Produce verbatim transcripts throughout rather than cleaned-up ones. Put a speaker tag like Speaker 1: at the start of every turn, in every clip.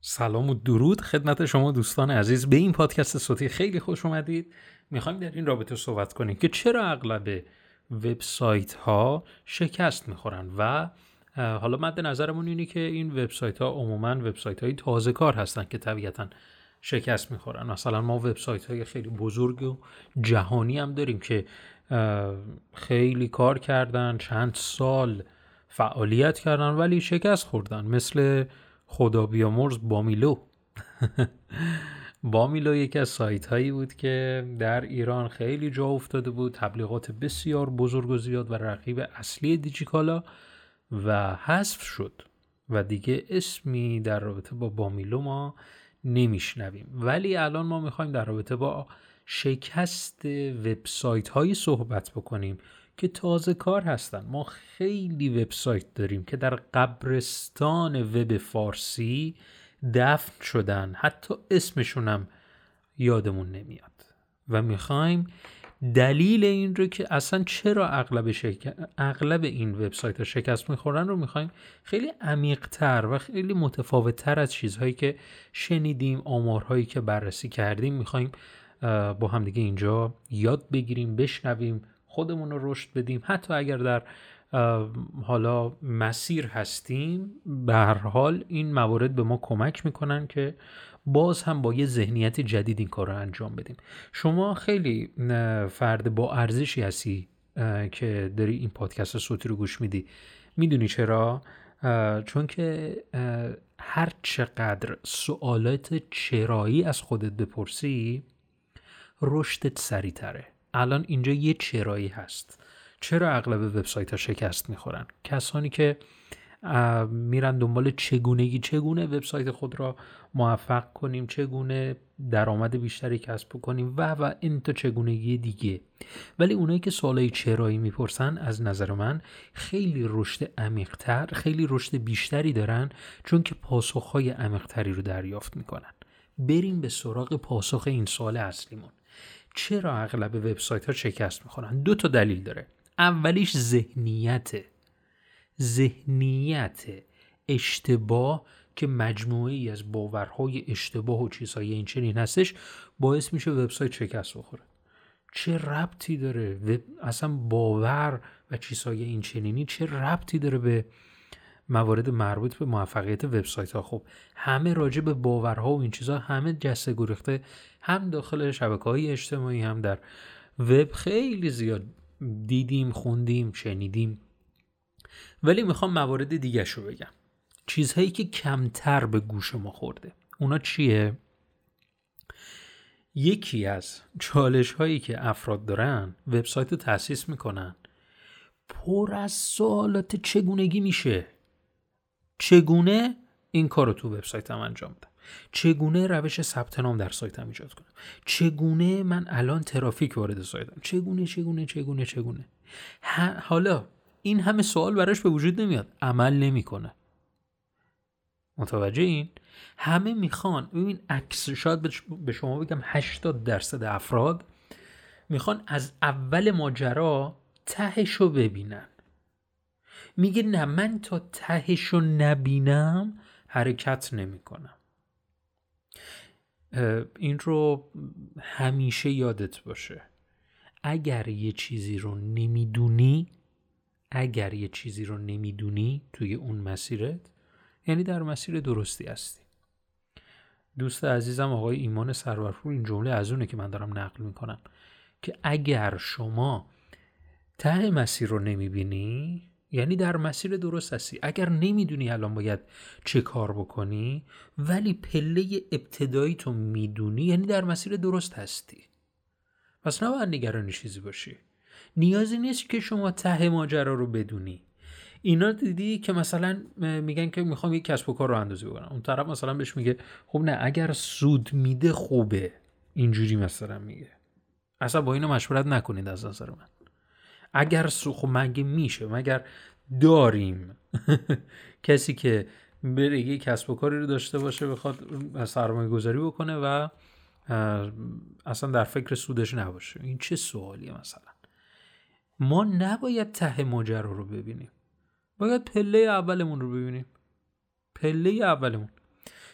Speaker 1: سلام و درود خدمت شما دوستان عزیز. به این پادکست صوتی خیلی خوش اومدید. میخوایم در این رابطه صحبت کنیم که چرا اغلب وبسایت ها شکست میخورن و حالا مد نظرمون اینه که این وبسایت ها عموما وبسایت های تازه کار هستن که طبیعتاً شکست میخورن. مثلا ما وبسایت های خیلی بزرگ و جهانی هم داریم که خیلی کار کردن، چند سال فعالیت کردن ولی شکست خوردن، مثل خدا بیامرز بامیلو. بامیلو یکی از سایت هایی بود که در ایران خیلی جا افتاده بود، تبلیغات بسیار بزرگ و زیاد و رقیب اصلی دیجیکالا، و حذف شد و دیگه اسمی در رابطه با بامیلو ما نمیشنویم. ولی الان ما میخوایم در رابطه با شکست وبسایت هایی صحبت بکنیم که تازه کار هستن. ما خیلی وبسایت داریم که در قبرستان وب فارسی دفن شدن، حتی اسمشون هم یادمون نمیاد و میخوایم دلیل این رو که اصلا چرا اغلب شک... اغلب این وبسایت ها شکست میخورن رو میخوایم خیلی عمیق‌تر و خیلی متفاوت‌تر از چیزهایی که شنیدیم، آمارهایی که بررسی کردیم، میخوایم با هم دیگه اینجا یاد بگیریم، بشنویم، خودمون رو رشد بدیم. حتی اگر در حالا مسیر هستیم، به هر حال این موارد به ما کمک میکنن که باز هم با یه ذهنیت جدید این کار رو انجام بدیم. شما خیلی فرد با ارزشی هستی که داری این پادکست صوتی رو گوش میدی. میدونی چرا؟ چون که هر چقدر سوالات چرایی از خودت بپرسی رشدت سریع‌تره. الان اینجا یه چرایی هست. چرا اغلب وبسایت ها شکست میخورن؟ کسانی که میرن دنبال چگونگی چگونه وبسایت خود را موفق کنیم، چگونه درآمد بیشتری کسب کنیم و و این تا چگونگی دیگه. ولی اونایی که سوالای چرایی میپرسن از نظر من خیلی رشد عمیق‌تر، خیلی رشد بیشتری دارن، چون که پاسخهای عمیق‌تری رو دریافت میکنن. بریم به سراغ پاسخ این سوال اصلیمون. چرا اغلب وبسایت ها شکست میخورن؟ دو تا دلیل داره. اولیش ذهنیته. ذهنیت اشتباه که مجموعه ای از باورهای اشتباه و چیزهای این چنین هستش باعث میشه وبسایت شکست بخوره. چه ربطی داره وب... اصلا باور و چیزهای این چنینی چه ربطی داره به موارد مربوط به موفقیت وبسایت ها؟ خب همه راجع به باورها و این چیزها همه جسته گریخته، هم داخل شبکه‌های اجتماعی هم در وب خیلی زیاد دیدیم، خوندیم، شنیدیم. ولی میخوام موارد دیگه شو بگم، چیزهایی که کمتر به گوش ما خورده. اونا چیه؟ یکی از چالش هایی که افراد دارن وبسایت رو تأسیس میکنن، پر از سوالات چگونگی میشه. چگونه این کار رو تو وبسایتم انجام بدم؟ چگونه روش ثبت نام در سایتم ایجاد کنم؟ چگونه من الان ترافیک وارد سایتم؟ چگونه چگونه چگونه چگونه حالا این همه سوال براش به وجود نمیاد، عمل نمیکنه. متوجه این؟ همه میخوان، ببین عکس، شاید به شما بگم هشتاد درصد افراد میخوان از اول ماجرا تهشو ببینن. میگه نه، من تا تهشو نبینم حرکت نمی کنم. این رو همیشه یادت باشه. اگر یه چیزی رو نمیدونی اگر یه چیزی رو نمیدونی توی اون مسیرت، یعنی در مسیر درستی هستی. دوست عزیزم آقای ایمان سرورپور این جمله از اونه که من دارم نقل میکنم که اگر شما ته مسیر رو نمیبینی یعنی در مسیر درست هستی. اگر نمیدونی الان باید چه کار بکنی ولی پله ابتدایی تو میدونی یعنی در مسیر درست هستی. پس نباید نگران چیزی باشی. نیازی نیست که شما ته ماجرا رو بدونی. اینا دیدی که مثلا میگن که میخوام یک کسب و کار رو اندازی بکنم، اون طرف مثلا بهش میگه خب نه، اگر سود میده خوبه، اینجوری مثلا میگه. اصلا با اینو مشورت نکنید از نظر من. اگر سو خب مگه میشه، مگر داریم کسی که بره یک کسب و کاری رو داشته باشه بخواد سرمایه گذاری بکنه و اصلا در فکر سودش نباشه؟ این چه سوالیه؟ مثلا ما نباید ته ماجرا رو ببینیم، باید پله اولمون رو ببینیم. پله اولمون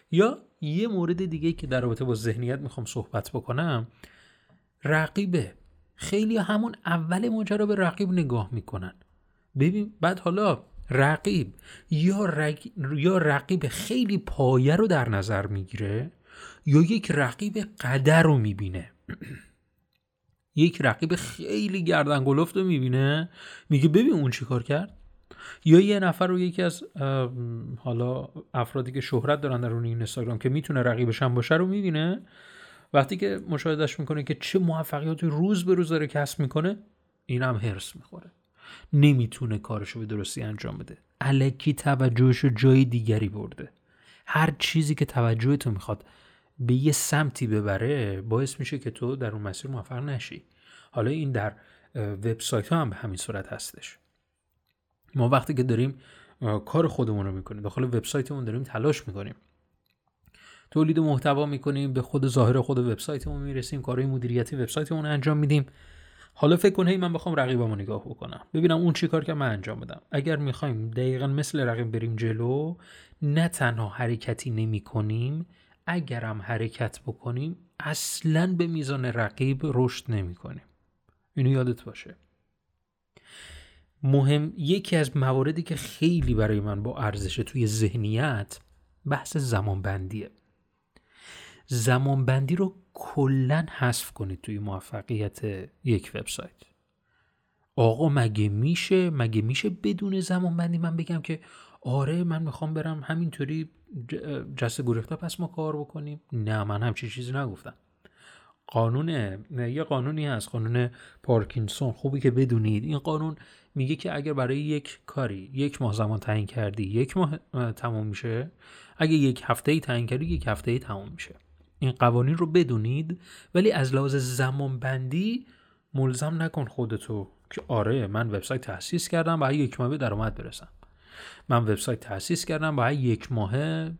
Speaker 1: یا یه مورد دیگه که در رابطه با ذهنیت میخوام صحبت بکنم، رقیبه. خیلی همون اول ماجرا به رقیب نگاه میکنن. ببین بعد حالا رقیب یا, رق... یا رقیب خیلی پایه رو در نظر میگیره یا یک رقیب قدر رو میبینه. یک رقیب خیلی گردن گلفت رو میبینه، میگه ببین اون چی کار کرد. یا یه نفر رو یکی از حالا افرادی که شهرت دارن در اون اینستاگرام که میتونه رقیبش هم باشه رو میبینه، وقتی که مشاهدهش میکنه که چه موفقیاتی روز به روز داره کسب میکنه، این هم هرس میخوره، نمیتونه کارشو به درستی انجام بده، الکی توجهشو جای دیگری برده. هر چیزی که توجهتو میخواد به یه سمتی ببره باعث میشه که تو در اون مسیر موفق نشی. حالا این در وبسایت ها هم به همین صورت هستش. ما وقتی که داریم کار خودمون رو میکنیم، داخل وبسایتمون داریم تلاش میکنیم، تولید محتوا میکنیم، به خود ظاهر خود وبسایتمون میرسیم، کارهای مدیریتی وبسایتمون رو انجام میدیم. حالا فکر کن هی من بخوام رقیبمو نگاه بکنم ببینم اون چی کار که من انجام بدم. اگر میخوایم دقیقاً مثل رقیب بریم جلو، نه تنها حرکتی نمیکنیم، اگرم حرکت بکنیم اصلاً به میزان رقیب رشد نمیکنیم. اینو یادت باشه. مهم یکی از مواردی که خیلی برای من با ارزشه توی ذهنیت بحث زمانبندیه. زمانبندی رو کلاً حذف کنید توی موفقیت یک وبسایت. آقا مگه میشه مگه میشه بدون زمانبندی من بگم که آره من میخوام برم همینطوری جسته گریخته پس ما کار بکنیم؟ نه، من همچین چیزی نگفتم. قانونه یه قانونی هست، قانون پارکینسون، خوبی که بدونید. این قانون میگه که اگر برای یک کاری یک ماه زمان تعیین کردی، یک ماه تموم میشه. اگه یک هفته‌ای تعیین کردی، یک هفته‌ای تموم میشه. این قوانین رو بدونید، ولی از لحاظ زمان بندی ملزم نکن خودتو که آره من وبسایت تأسیس کردم باید یک ماه به درآمد برسم، من وبسایت تأسیس کردم باید یک ماه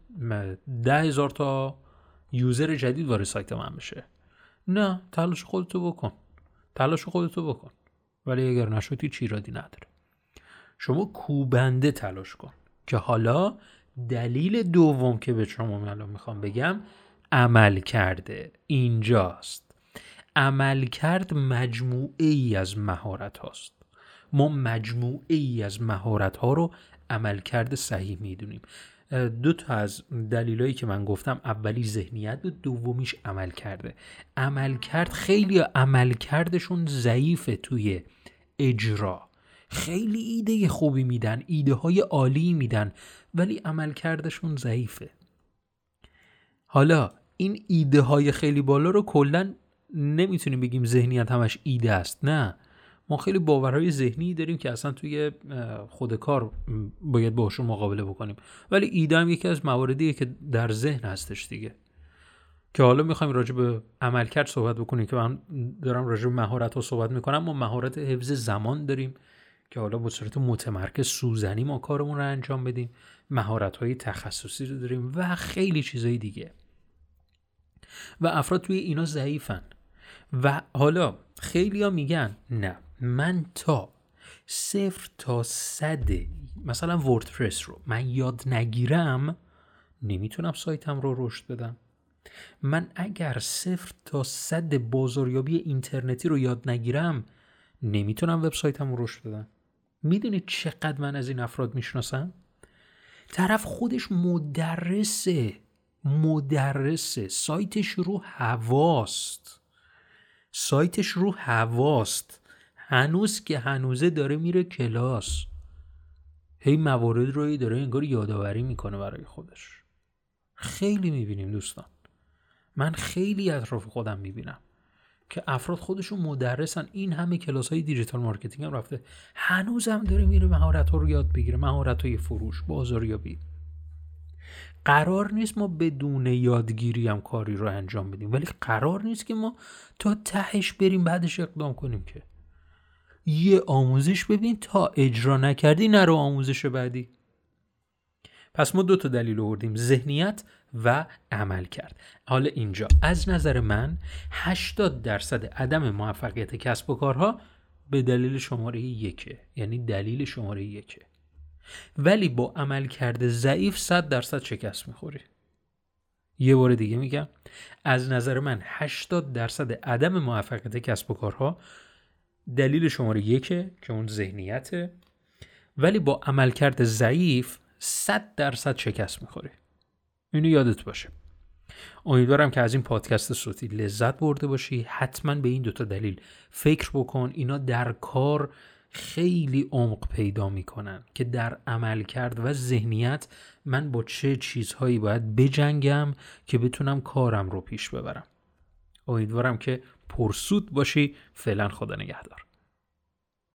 Speaker 1: ده هزار تا یوزر جدید وارد سایت من بشه. نه، تلاش خودتو بکن تلاش خودتو بکن ولی اگر نشدی چی ایرادی نداره. شما کوبنده تلاش کن. که حالا دلیل دوم که به شما الان میخوام بگم عمل کرده اینجاست. عمل کرد مجموعه ای از مهارت هاست. ما مجموعه ای از مهارت ها رو عمل کرده صحیح میدونیم. دو تا از دلایلی که من گفتم، اولی ذهنیت و دومیش عمل کرده. عمل کرد خیلی عمل کردشون ضعیفه توی اجرا. خیلی ایده خوبی میدن، ایده های عالی میدن، ولی عمل کردشون ضعیفه. حالا این ایده های خیلی بالا رو کلن نمیتونیم بگیم ذهنیت همش ایده است. نه، ما خیلی باورهای ذهنی داریم که اصلا توی خود کار باید باهاشون مقابله بکنیم، ولی ایده هم یکی از مواردیه که در ذهن هستش دیگه. که حالا میخوایم راجع به عملکرد صحبت بکنیم که من دارم راجع به مهارت ها صحبت میکنم. ما مهارت حفظ زمان داریم که حالا به صورت متمرکز سوزنی ما کارمون رو انجام بدیم، مهارت های تخصصی رو داریم و خیلی چیزای دیگه، و افراد توی اینا ضعیفن. و حالا خیلی ها میگن نه من تا صفر تا صد مثلا وردپرس رو من یاد نگیرم نمیتونم سایتم رو رشد بدم. من اگر صفر تا صد بازاریابی اینترنتی رو یاد نگیرم نمیتونم وبسایتم رو رشد بدم. میدونید چقدر من از این افراد میشناسم؟ طرف خودش مدرسه مدرسه سایتش رو هواست سایتش رو هواست هنوز که هنوزه داره میره کلاس، هی موارد روی داره انگار یادآوری میکنه برای خودش. خیلی میبینیم دوستان، من خیلی اطراف خودم میبینم که افراد خودشون مدرسن، این همه کلاس های دیجیتال مارکتینگ هم رفته، هنوز هم داره میره مهارت ها رو یاد بگیره، مهارت های فروش، بازاریابی. قرار نیست ما بدون یادگیری هم کاری رو انجام بدیم، ولی قرار نیست که ما تا تهش بریم بعدش اقدام کنیم. که یه آموزش ببین تا اجرا نکردی نرو آموزش بعدی. پس ما دو تا دلیل آوردیم، ذهنیت و عمل کرد. حالا اینجا از نظر من هشتاد درصد عدم موفقیت کسب و کارها به دلیل شماره یکه، یعنی دلیل شماره یکه، ولی با عمل کرده ضعیف صد درصد شکست میخوری. یه بار دیگه میگم، از نظر من هشتاد درصد عدم موفقیت کسب و کارها دلیل شماره یکه که اون ذهنیته، ولی با عملکرد ضعیف صد درصد شکست میخوره. اینو یادت باشه. امیدوارم که از این پادکست صوتی لذت برده باشی. حتما به این دوتا دلیل فکر بکن. اینا در کار خیلی عمق پیدا میکنن که در عملکرد و ذهنیت من با چه چیزهایی باید بجنگم که بتونم کارم رو پیش ببرم. امیدوارم که پرسود باشی. فعلا خدا نگهدار.